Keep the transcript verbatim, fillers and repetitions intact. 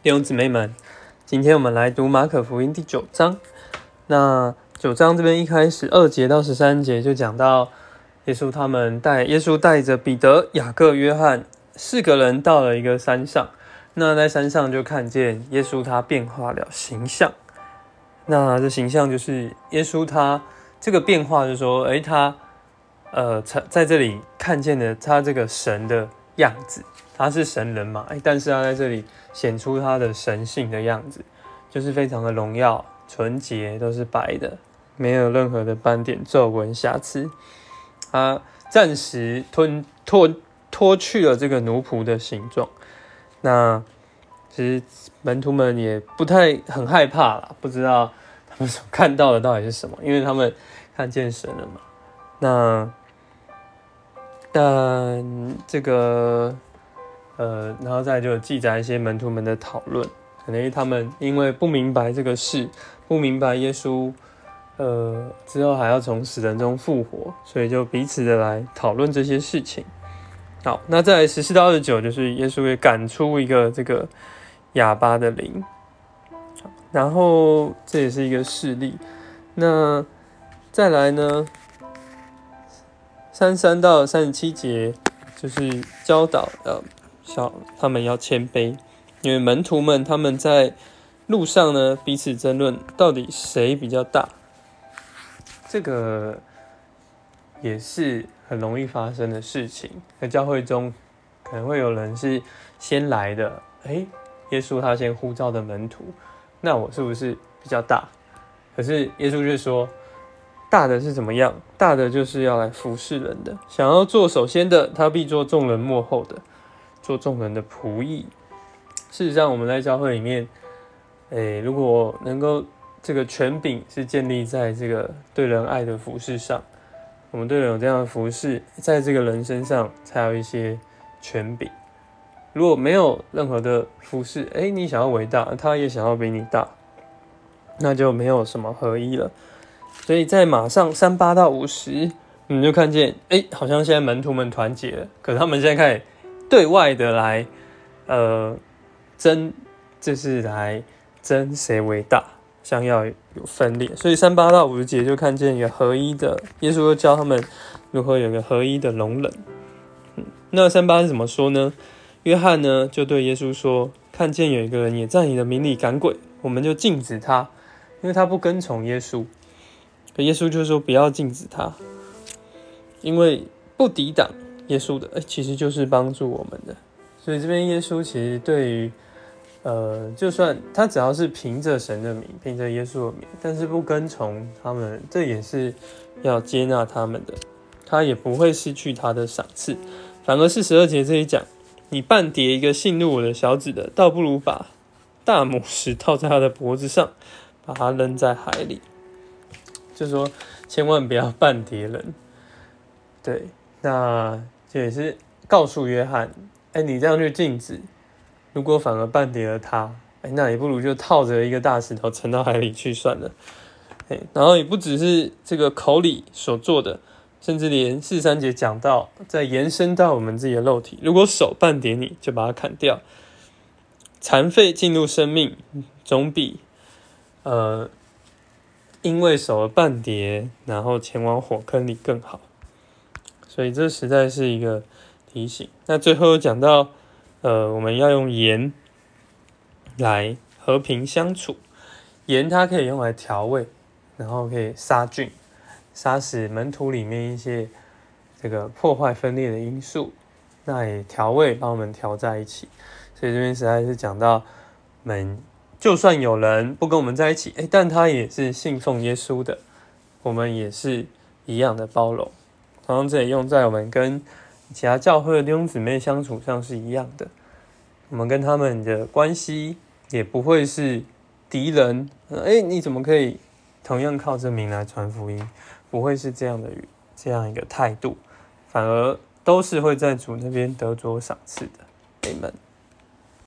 弟兄姊妹们，今天我们来读马可福音第九章。那九章这边一开始二节到十三节就讲到耶稣他们带耶稣带着彼得、雅各、约翰四个人到了一个山上。那在山上就看见耶稣他变化了形象。那这形象就是耶稣他这个变化，就是说，哎，他呃在这里看见了他这个神的样子。他是神人嘛，但是他在这里显出他的神性的样子，就是非常的荣耀、纯洁，都是白的，没有任何的斑点、皱纹、瑕疵。他暂时吞脱脱去了这个奴仆的形状。那其实门徒们也不太很害怕啦，不知道他们所看到的到底是什么，因为他们看见神了嘛。那但这个。呃，然后再就记载一些门徒们的讨论，可能他们因为不明白这个事，不明白耶稣，呃，之后还要从死人中复活，所以就彼此的来讨论这些事情。好，那在十四到二十九，就是耶稣也赶出一个这个哑巴的灵，然后这也是一个事例。那再来呢，三十三到三十七节就是教导呃。他们要谦卑，因为门徒们他们在路上呢彼此争论到底谁比较大，这个也是很容易发生的事情。在教会中可能会有人是先来的，哎，耶稣他先呼召的门徒，那我是不是比较大？可是耶稣却说，大的是怎么样？大的就是要来服侍人的，想要做首先的，他必做众人末后的。做众人的仆役。事实上，我们在教会里面，诶，如果能够这个权柄是建立在这个对人爱的服事上，我们对人有这样的服事，在这个人身上才有一些权柄。如果没有任何的服事，诶，你想要伟大，他也想要比你大，那就没有什么合一了。所以在马上三八到五十，我们就看见，诶，好像现在门徒们团结了，可是他们现在开始对外的来，呃，争，就是来争谁为大，想要有分裂。所以三八到五十节就看见一个合一的，耶稣就教他们如何有一个合一的容忍。嗯、那三八是怎么说呢？约翰呢就对耶稣说：“看见有一个人也在你的名里赶鬼，我们就禁止他，因为他不跟从耶稣。可耶稣就说不要禁止他，因为不抵挡。”耶稣的、欸、其实就是帮助我们的，所以这边耶稣其实对于，呃，就算他只要是凭着神的名，凭着耶稣的名，但是不跟从他们，这也是要接纳他们的，他也不会失去他的赏赐，反而是十二节这里讲，你絆跌一个信入我的小子的，倒不如把大母石套在他的脖子上，把他扔在海里，就说千万不要絆跌人，对，那。这也是告诉约翰，哎，你这样去禁止，如果反而絆跌了他，哎，那你不如就套着一个大石头沉到海里去算了。哎，然后也不只是这个口里所做的，甚至连四三节讲到，再延伸到我们自己的肉体，如果手絆跌你，就把它砍掉。残废进入生命，总比呃因为手而絆跌，然后前往火坑里更好。所以这实在是一个提醒。那最后讲到，呃，我们要用盐来和平相处。盐它可以用来调味，然后可以杀菌，杀死门徒里面一些这个破坏分裂的因素。那也调味帮我们调在一起。所以这边实在是讲到，我们就算有人不跟我们在一起，欸、但他也是信奉耶稣的，我们也是一样的包容。同样这也用在我们跟其他教会的弟兄姊妹相处上是一样的，我们跟他们的关系也不会是敌人，哎，你怎么可以同样靠这名来传福音？不会是这样的这样一个态度，反而都是会在主那边得着赏赐的。Amen。